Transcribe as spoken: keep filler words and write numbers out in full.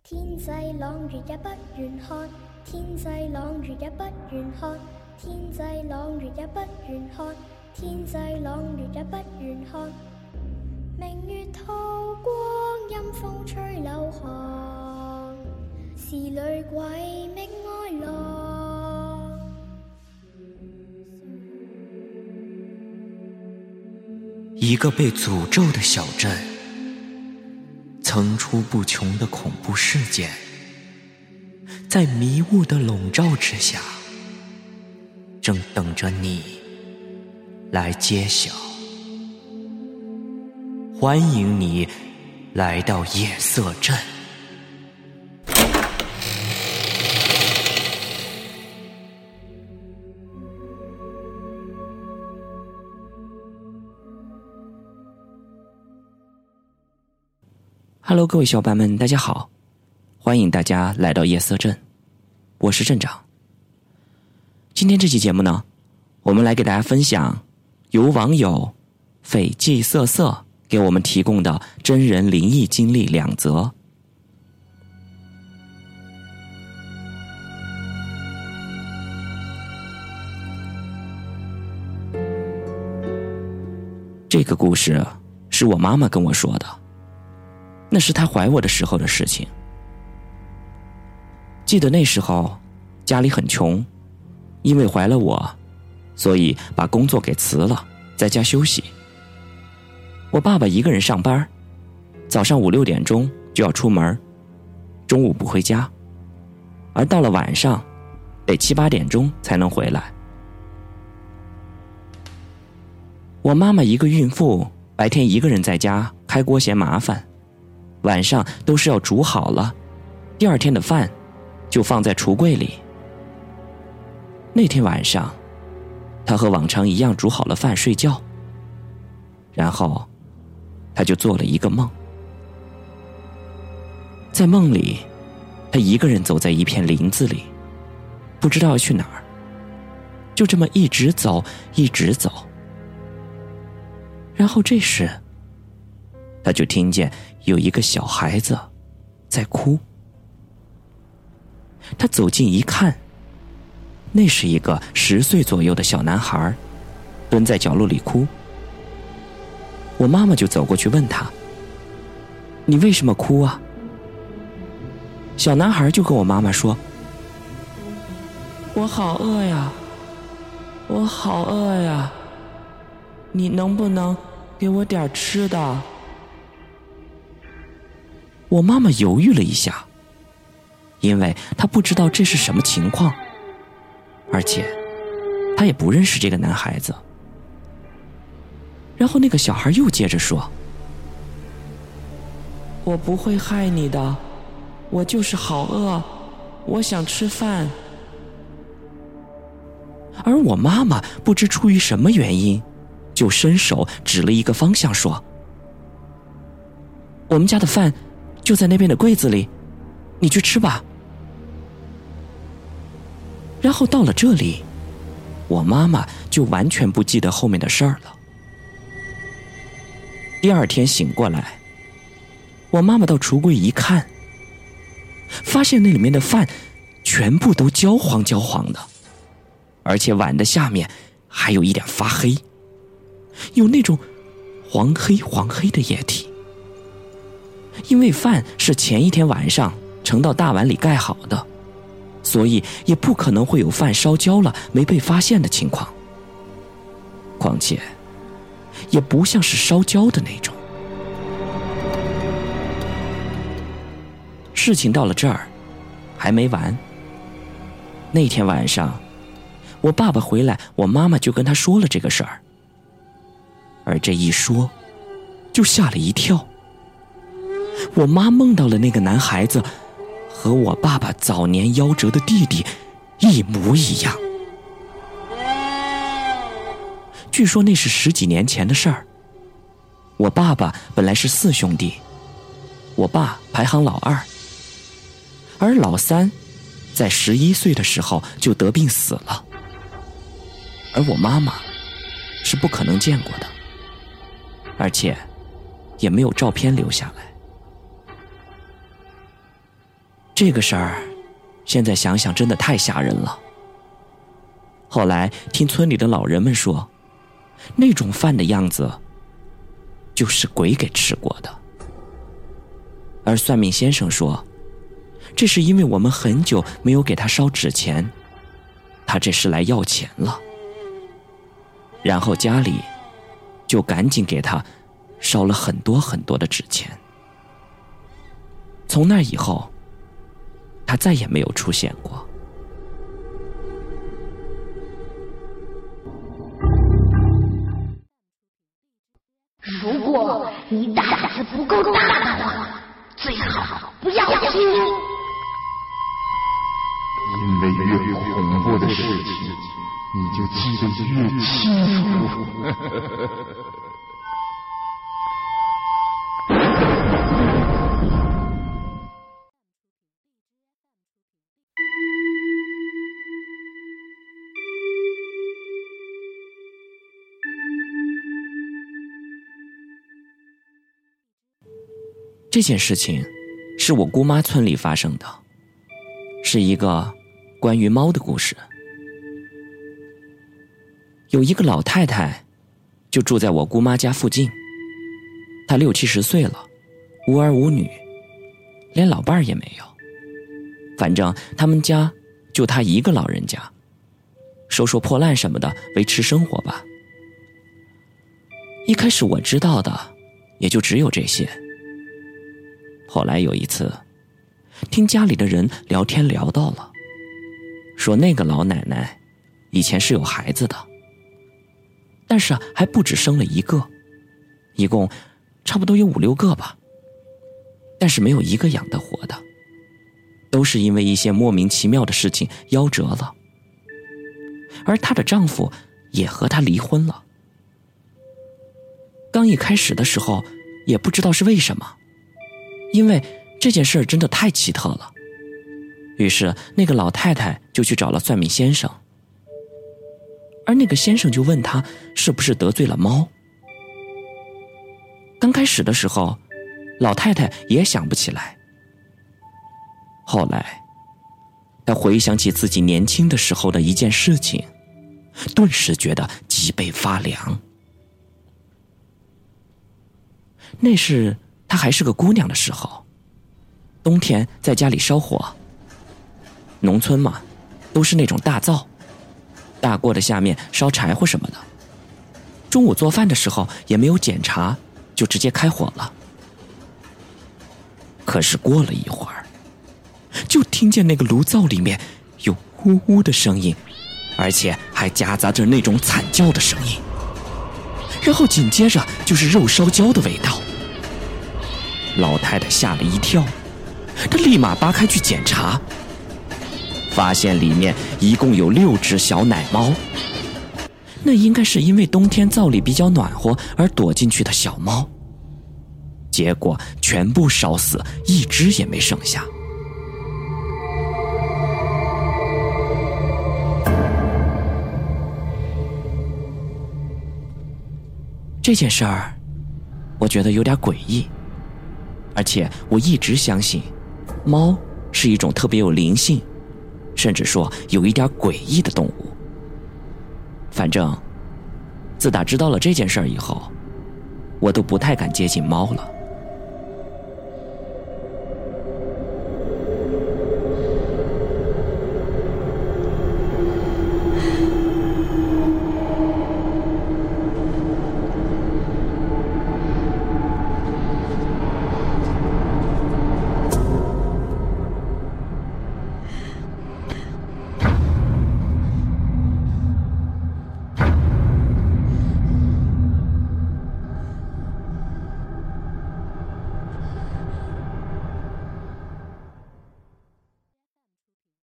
天際朗月也不願看，天際朗月也不願看，天際朗月也不願看，天際朗月也不願看。明月透光，陰風吹柳寒，是女鬼覓哀郎。 一个被诅咒的小镇，层出不穷的恐怖事件，在迷雾的笼罩之下，正等着你来揭晓。欢迎你来到夜色镇。Hello， 各位小伙伴们，大家好，欢迎大家来到夜色镇，我是镇长。今天这期节目呢，我们来给大家分享由网友斐济瑟瑟给我们提供的真人灵异经历两则。这个故事是我妈妈跟我说的，那是她怀我的时候的事情。记得那时候家里很穷，因为怀了我，所以把工作给辞了，在家休息。我爸爸一个人上班，早上五六点钟就要出门，中午不回家，而到了晚上得七八点钟才能回来。我妈妈一个孕妇，白天一个人在家开锅嫌麻烦，晚上都是要煮好了，第二天的饭就放在橱柜里。那天晚上，她和往常一样煮好了饭睡觉，然后她就做了一个梦。在梦里，她一个人走在一片林子里，不知道要去哪儿，就这么一直走一直走。然后这时她就听见有一个小孩子在哭。她走近一看，那是一个十岁左右的小男孩，蹲在角落里哭。我妈妈就走过去问他：“你为什么哭啊？”小男孩就跟我妈妈说：“我好饿呀，我好饿呀，你能不能给我点吃的？”我妈妈犹豫了一下，因为她不知道这是什么情况，而且她也不认识这个男孩子。然后那个小孩又接着说：“我不会害你的，我就是好饿，我想吃饭。”而我妈妈不知出于什么原因，就伸手指了一个方向说：“我们家的饭就在那边的柜子里，你去吃吧。”然后到了这里，我妈妈就完全不记得后面的事儿了。第二天醒过来，我妈妈到橱柜一看，发现那里面的饭全部都焦黄焦黄的，而且碗的下面还有一点发黑，有那种黄黑黄黑的液体。因为饭是前一天晚上盛到大碗里盖好的，所以也不可能会有饭烧焦了没被发现的情况。况且也不像是烧焦的那种。事情到了这儿还没完。那天晚上我爸爸回来，我妈妈就跟他说了这个事儿，而这一说就吓了一跳。我妈梦到了那个男孩子和我爸爸早年夭折的弟弟一模一样。据说那是十几年前的事儿。我爸爸本来是四兄弟，我爸排行老二，而老三在十一岁的时候就得病死了，而我妈妈是不可能见过的，而且也没有照片留下来。 这个事儿现在想想真的太吓人了。后来听村里的老人们说，那种饭的样子就是鬼给吃过的。而算命先生说，这是因为我们很久没有给他烧纸钱，他这是来要钱了。然后家里就赶紧给他烧了很多很多的纸钱。从那以后，他再也没有出现过。 如果你胆子不够大的话，最好不要听。 因为越恐怖的事情，你就记得越清楚。 这件事情是我姑妈村里发生的，是一个关于猫的故事。有一个老太太就住在我姑妈家附近，她六七十岁了，无儿无女，连老伴儿也没有，反正他们家就她一个老人家，收收破烂什么的维持生活吧。一开始我知道的也就只有这些。后来有一次听家里的人聊天聊到了，说那个老奶奶以前是有孩子的，但是还不止生了一个，一共差不多有五六个吧，但是没有一个养得活的，都是因为一些莫名其妙的事情夭折了。而她的丈夫也和她离婚了。刚一开始的时候也不知道是为什么，因为这件事真的太奇特了。于是那个老太太就去找了算命先生，而那个先生就问她是不是得罪了猫。刚开始的时候老太太也想不起来，后来她回想起自己年轻的时候的一件事情，顿时觉得脊背发凉。那是她还是个姑娘的时候，冬天在家里烧火，农村嘛，都是那种大灶，大锅的下面烧柴火什么的。中午做饭的时候也没有检查，就直接开火了。可是过了一会儿，就听见那个炉灶里面有呜呜的声音，而且还夹杂着那种惨叫的声音，然后紧接着就是肉烧焦的味道。老太太吓了一跳，她立马扒开去检查，发现里面一共有六只小奶猫。那应该是因为冬天灶里比较暖和而躲进去的小猫，结果全部烧死，一只也没剩下。这件事儿我觉得有点诡异，而且我一直相信猫是一种特别有灵性，甚至说有一点诡异的动物。反正自打知道了这件事儿以后，我都不太敢接近猫了。